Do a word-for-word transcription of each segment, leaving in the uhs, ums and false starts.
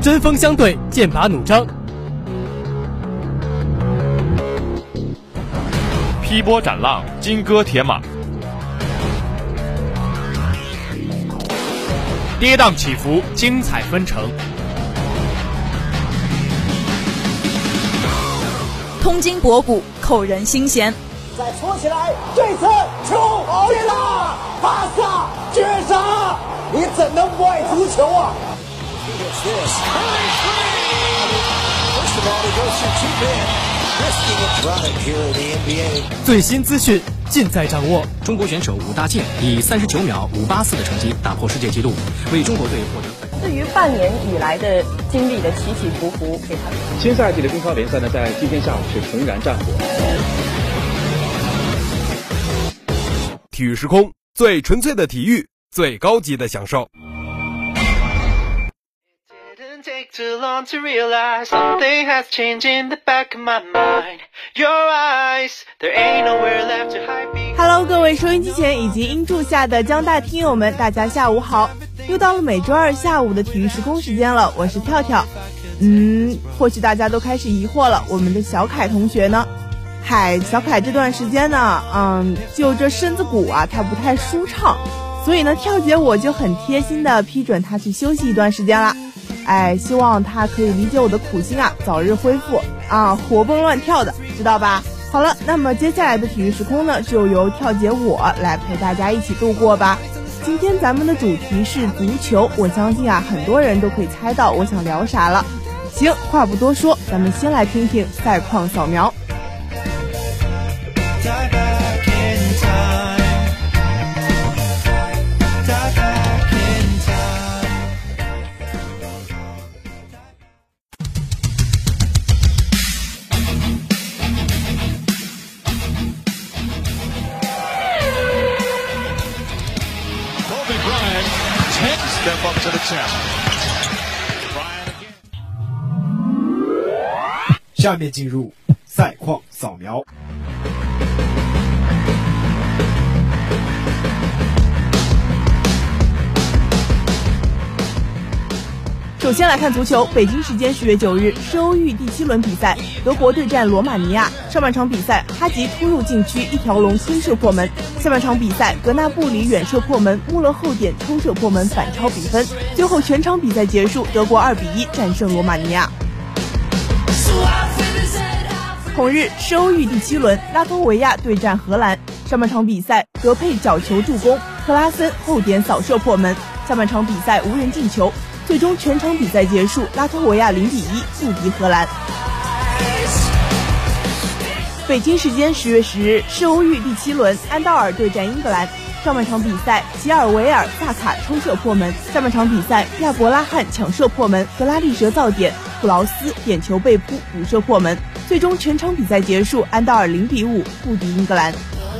针锋相对，剑拔弩张， 劈波斩浪，金戈铁马， 跌宕起伏，精彩纷呈， 通经博古，扣人心弦。 再搓起来，这次球进了，巴萨绝杀！你怎能不爱足球啊？ 最新资讯尽在掌握。 中国选手武大靖以三十九秒五八四的成绩打破世界纪录，为中国队获得。 对于半年以来的经历的起起伏伏，给他新赛季的中超联赛呢，在今天下午是重燃战火。 体育时空，最纯粹的体育，最高级的享受。 Hello， 各位收音机前以及音柱下的江大听友们，大家下午好！又到了每周二下午的体育时空时间了，我是跳跳。嗯，或许大家都开始疑惑了，我们的小凯同学呢？嗨，小凯这段时间呢，嗯，就这身子骨啊，他不太舒畅，所以呢，跳姐我就很贴心的批准他去休息一段时间了。哎，希望他可以理解我的苦心啊，早日恢复啊，活蹦乱跳的，知道吧？好了，那么接下来的体育时空呢，就由跳姐我来陪大家一起度过吧。今天咱们的主题是足球，我相信啊，很多人都可以猜到我想聊啥了。行，话不多说，咱们先来听听赛况扫描。 下面进入赛况扫描。 首先来看足球，北京时间十月九日，世欧预第七轮比赛，德国对战罗马尼亚。上半场比赛，哈吉突入禁区一条龙推射破门。下半场比赛，格纳布里远射破门，穆勒后点抽射破门，反超比分。最后全场比赛结束，德国二比一战胜罗马尼亚。同日，世欧预第七轮，拉脱维亚对战荷兰。上半场比赛，德佩角球助攻，克拉森后点扫射破门。下半场比赛无人进球，最终全场比赛结束，拉脱维亚零比一不敌荷兰。北京时间十月十日，世欧预第七轮，安道尔对战英格兰。上半场比赛，吉尔维尔、萨卡抽射破门。下半场比赛，亚伯拉罕抢射破门，格拉利什造点，普劳斯点球被扑补射破门。最终全场比赛结束，安道尔零比五不敌英格兰。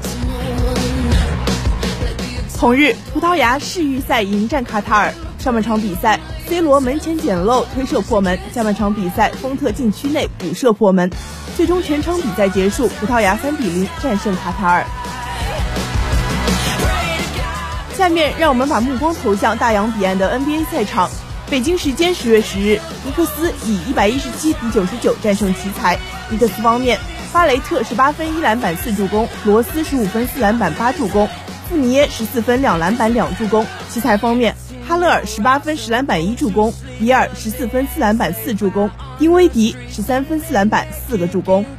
同日，葡萄牙世预赛迎战卡塔尔。上半场比赛 ，C 罗门前捡漏推射破门。下半场比赛，丰特禁区内补射破门。最终全场比赛结束，葡萄牙三比零战胜卡塔尔。下面让我们把目光投向大洋彼岸的 N B A 赛场。北京时间十月十日，尼克斯以一百一十七比九十九战胜奇才。尼克斯方面，巴雷特十八分一篮板四助攻，罗斯十五分四篮板八助攻，富尼耶十四分两篮板两助攻。奇才方面，哈勒尔十八分十篮板一助攻，比尔十四分四篮板四助攻，丁威迪十三分四篮板四个助攻。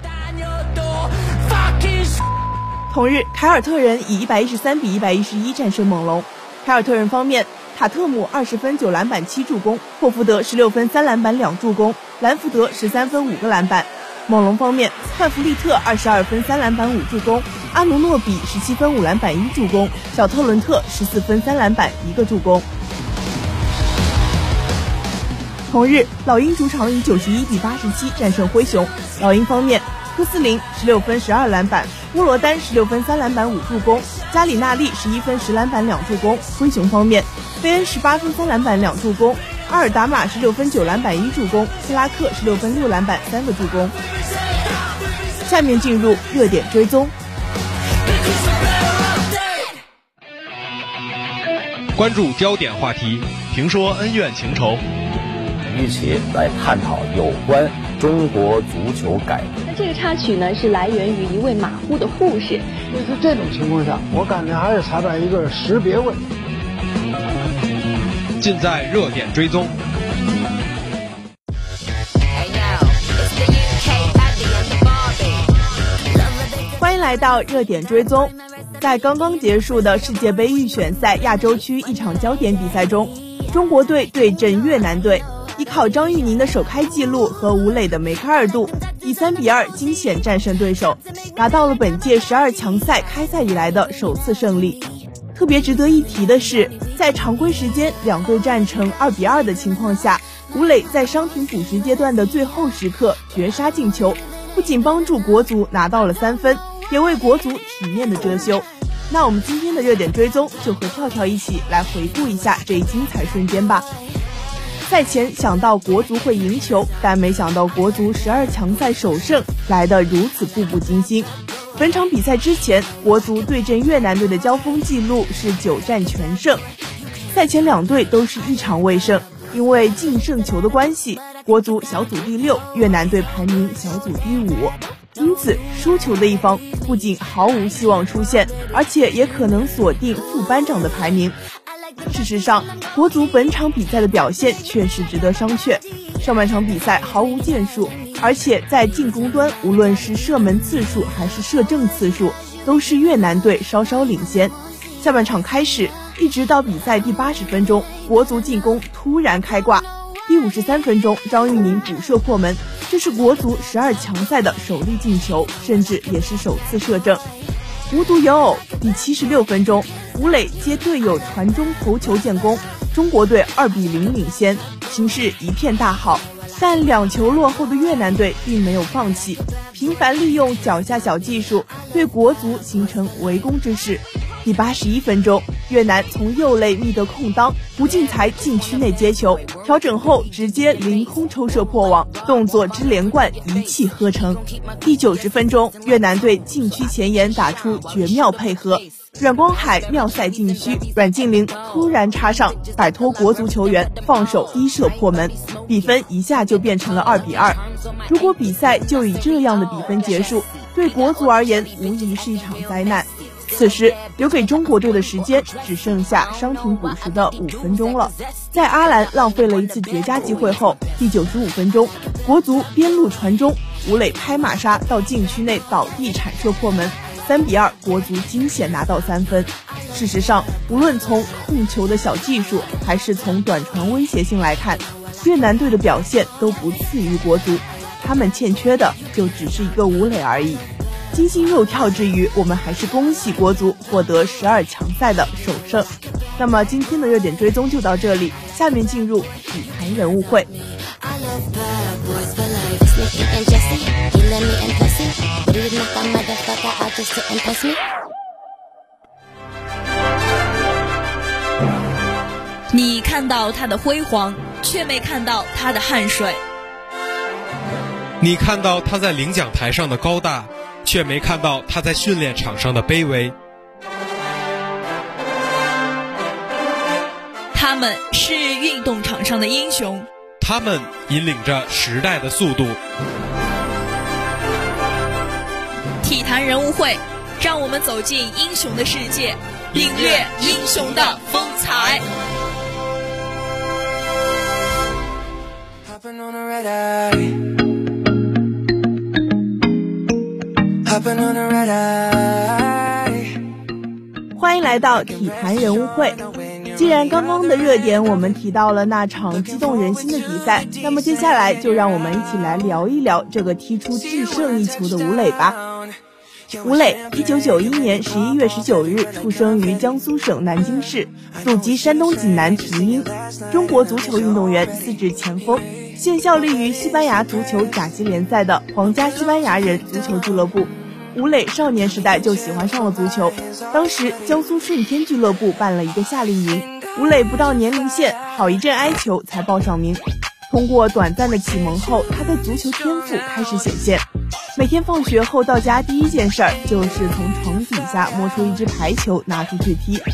同日，凯尔特人以一百一十三比一百一十一战胜猛龙。凯尔特人方面，塔特姆二十分九篮板七助攻，霍福德十六分三篮板两助攻，兰福德十三分五个篮板。猛龙方面，范弗利特二十二分三篮板五助攻，阿努诺比十七分五篮板一助攻，小特伦特十四分三篮板一个助攻。同日，老鹰主场以九十一比八十七战胜灰熊。老鹰方面，科斯林十六分十二篮板，乌罗丹十六分三篮板五助攻，加里纳利十一分十篮板两助攻。灰熊方面，贝恩十八分三篮板两助攻，阿尔达马十六分九篮板一助攻，希拉克十六分六篮板三个助攻。下面进入热点追踪， 关注焦点话题，评说恩怨情仇。 一起来探讨有关中国足球改革。 那这个插曲呢，是来源于一位马虎的护士。 就是这种情况下，我感觉还是存在一个识别问题。 尽在热点追踪。 欢迎来到热点追踪。在刚刚结束的世界杯预选赛亚洲区一场焦点比赛中，中国队对阵越南队，依靠张玉宁的首开纪录和吴磊的梅开二度，以三比二惊险战胜对手，拿到了本届十二强赛开赛以来的首次胜利。特别值得一提的是，在常规时间两队战成二比二的情况下，吴磊在伤停补时阶段的最后时刻绝杀进球，不仅帮助国足拿到了三分，也为国足体面的遮羞。那我们今天的热点追踪就和跳跳一起来回顾一下这一精彩瞬间吧。赛前想到国足会赢球，但没想到国足十二强赛首胜来得如此步步惊心。本场比赛之前，国足对阵越南队的交锋记录是九战全胜。赛前两队都是一场未胜，因为净胜球的关系，国足小组第六，越南队排名小组第五。因此输球的一方不仅毫无希望出线，而且也可能锁定副班长的排名。事实上，国足本场比赛的表现确实值得商榷。上半场比赛毫无建树，而且在进攻端无论是射门次数还是射正次数都是越南队稍稍领先。下半场开始一直到比赛第八十分钟，国足进攻突然开挂。第五十三分钟，张玉宁补射破门，这是国足十二强赛的首粒进球，甚至也是首次射正。无独有偶，第七十六分钟，吴磊接队友传中头球建功，中国队二比零领先，形势一片大好。但两球落后的越南队并没有放弃，频繁利用脚下小技术对国足形成围攻之势。第八十一分钟，越南从右肋觅得空当，吴敬才禁区内接球，调整后直接凌空抽射破网，动作之连贯，一气呵成。第九十分钟，越南队禁区前沿打出绝妙配合，阮光海妙赛禁区，阮敬灵突然插上，摆脱国足球员，放手低射破门，比分一下就变成了二比二。如果比赛就以这样的比分结束，对国足而言无疑是一场灾难。此时留给中国队的时间只剩下伤停补时的五分钟了。在阿兰浪费了一次绝佳机会后，第九十五分钟，国足边路传中，吴磊拍马杀到禁区内倒地铲射破门，三比二，国足惊险拿到三分。事实上，无论从控球的小技术，还是从短传威胁性来看，越南队的表现都不次于国足，他们欠缺的就只是一个吴磊而已。惊心肉跳之余，我们还是恭喜国足获得十二强赛的首胜。那么今天的热点追踪就到这里，下面进入体坛人物会。 你看到他的辉煌，却没看到他的汗水。 你看到他在领奖台上的高大，却没看到他在训练场上的卑微。 他们是运动场上的英雄， 他们引领着时代的速度。 体坛人物会，让我们走进英雄的世界，领略英雄的风采。 欢迎来到体坛人物会。既然刚刚的热点我们提到了那场激动人心的比赛，那么接下来就让我们一起来聊一聊这个踢出制胜一球的吴磊吧。吴磊一九九一年十一月十九日出生于江苏省南京市，祖籍山东济南平阴，中国足球运动员，司职前锋，现效力于西班牙足球甲级联赛的皇家西班牙人足球俱乐部。吴磊少年时代就喜欢上了足球，当时江苏舜天俱乐部办了一个夏令营，吴磊不到年龄限，好一阵哀求才报上名。通过短暂的启蒙后，他的足球天赋开始显现。每天放学后到家第一件事儿就是从床底下摸出一只排球拿出去踢。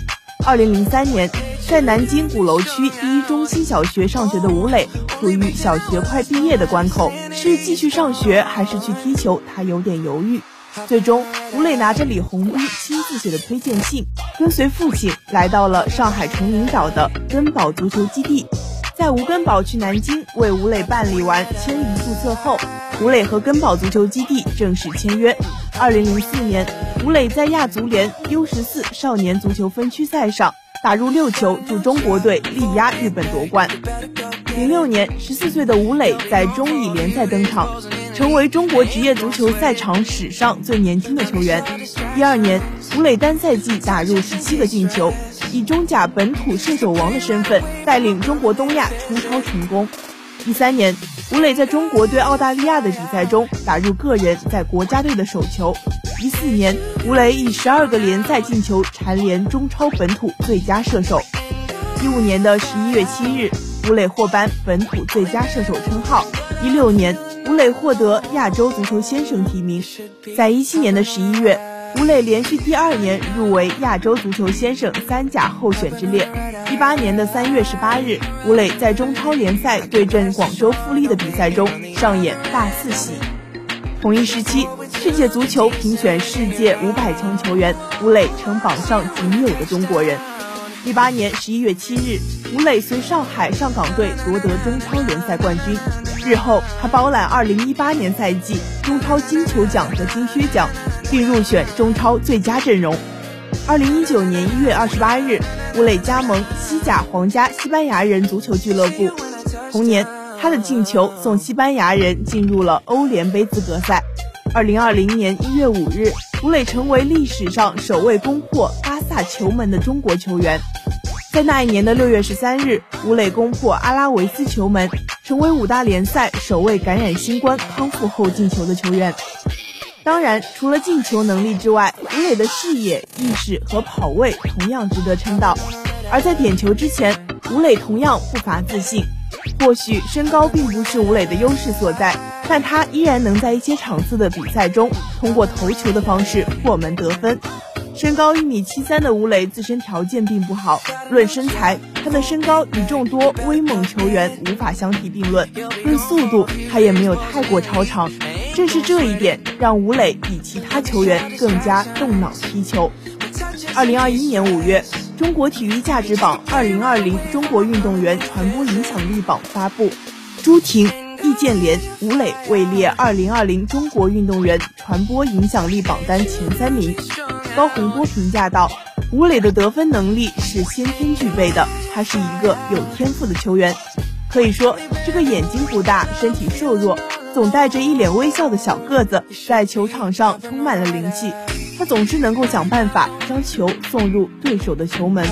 二零零三年，在南京鼓楼区第一中心小学上学的吴磊，处于小学快毕业的关口，是继续上学还是去踢球，他有点犹豫。最终，吴磊拿着李洪斌亲自写的推荐信，跟随父亲来到了上海崇明岛的根宝足球基地。在吴根宝去南京为吴磊办理完迁移注册后，吴磊和根宝足球基地正式签约。二零零四年，吴磊在亚足联 U 十四 少年足球分区赛上打入六球，助中国队力压日本夺冠。零六年，十四岁的吴磊在中乙联赛登场，成为中国职业足球赛场史上最年轻的球员。第二年，吴磊单赛季打入十七个进球，以中甲本土射手王的身份带领中国东亚冲超成功。第三年，吴磊在中国对澳大利亚的比赛中打入个人在国家队的首球。一四年，吴磊以十二个联赛进球蝉联中超本土最佳射手。一五年的十一月七日，吴磊获颁本土最佳射手称号。一六年，吴磊获得亚洲足球先生提名。在一七年的十一月，吴磊连续第二年入围亚洲足球先生三甲候选之列。一八年的三月十八日，吴磊在中超联赛对阵广州富力的比赛中上演大四喜。同一时期，世界足球评选世界五百强球员，吴磊成榜上仅有的中国人。一八年十一月七日，吴磊随上海上港队夺得中超联赛冠军。日后，他包揽二零一八年赛季中超金球奖和金靴奖，并入选中超最佳阵容。二零一九年一月二十八日，吴磊加盟西甲皇家西班牙人足球俱乐部。同年，他的进球送西班牙人进入了欧联杯资格赛。二零二零年一月五日，吴磊成为历史上首位攻破巴萨球门的中国球员。在那一年的六月十三日，吴磊攻破阿拉维斯球门，成为五大联赛首位感染新冠康复后进球的球员。当然，除了进球能力之外，吴磊的视野、意识和跑位同样值得称道。而在点球之前，吴磊同样不乏自信。或许身高并不是吴磊的优势所在，但他依然能在一些场次的比赛中通过投球的方式破门得分。身高一米七三的吴磊自身条件并不好，论身材，他的身高与众多威猛球员无法相提并论。论速度，他也没有太过超常。正是这一点，让吴磊比其他球员更加动脑踢球。二零二一年五月，中国体育价值榜二零二零中国运动员传播影响力榜发布，朱婷、易建联、吴磊位列二零二零中国运动员传播影响力榜单前三名。高洪波评价道，吴磊的得分能力是先天具备的，他是一个有天赋的球员。可以说，这个眼睛不大、身体瘦弱、总带着一脸微笑的小个子，在球场上充满了灵气。他总是能够想办法将球送入对手的球门。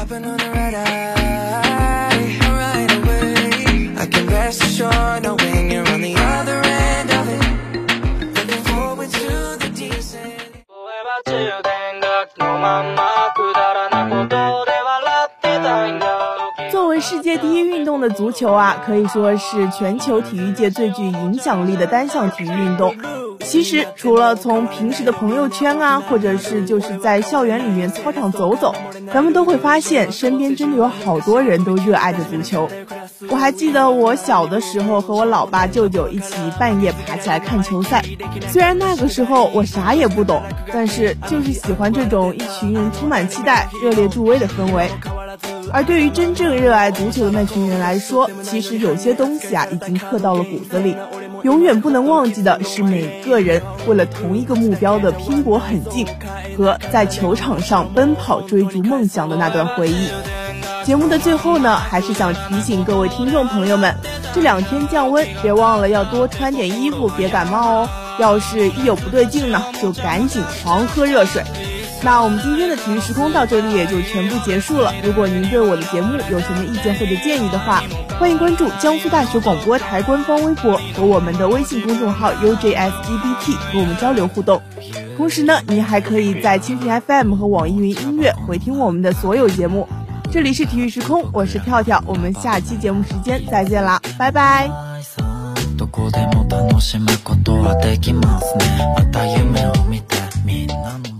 作为世界第一运动的足球啊，可以说是全球体育界最具影响力的单项体育运动。其实除了从平时的朋友圈啊，或者是就是在校园里面操场走走，咱们都会发现身边真的有好多人都热爱着足球。我还记得我小的时候和我老爸舅舅一起半夜爬起来看球赛，虽然那个时候我啥也不懂，但是就是喜欢这种一群人充满期待、热烈助威的氛围。而对于真正热爱足球的那群人来说，其实有些东西啊已经刻到了骨子里，永远不能忘记的是每个人为了同一个目标的拼搏狠劲，和在球场上奔跑追逐梦想的那段回忆。节目的最后呢，还是想提醒各位听众朋友们，这两天降温，别忘了要多穿点衣服，别感冒哦。要是一有不对劲呢，就赶紧狂喝热水。那我们今天的体育时空到这里也就全部结束了。如果您对我的节目有什么意见或者建议的话，欢迎关注江苏大学广播台官方微博和我们的微信公众号 U J S G B T 和我们交流互动。同时呢，您还可以在蜻蜓 F M 和网易云音乐回听我们的所有节目。这里是体育时空，我是跳跳，我们下期节目时间再见啦，拜拜。どこでも楽しむことはできますね。また夢を見てみんなの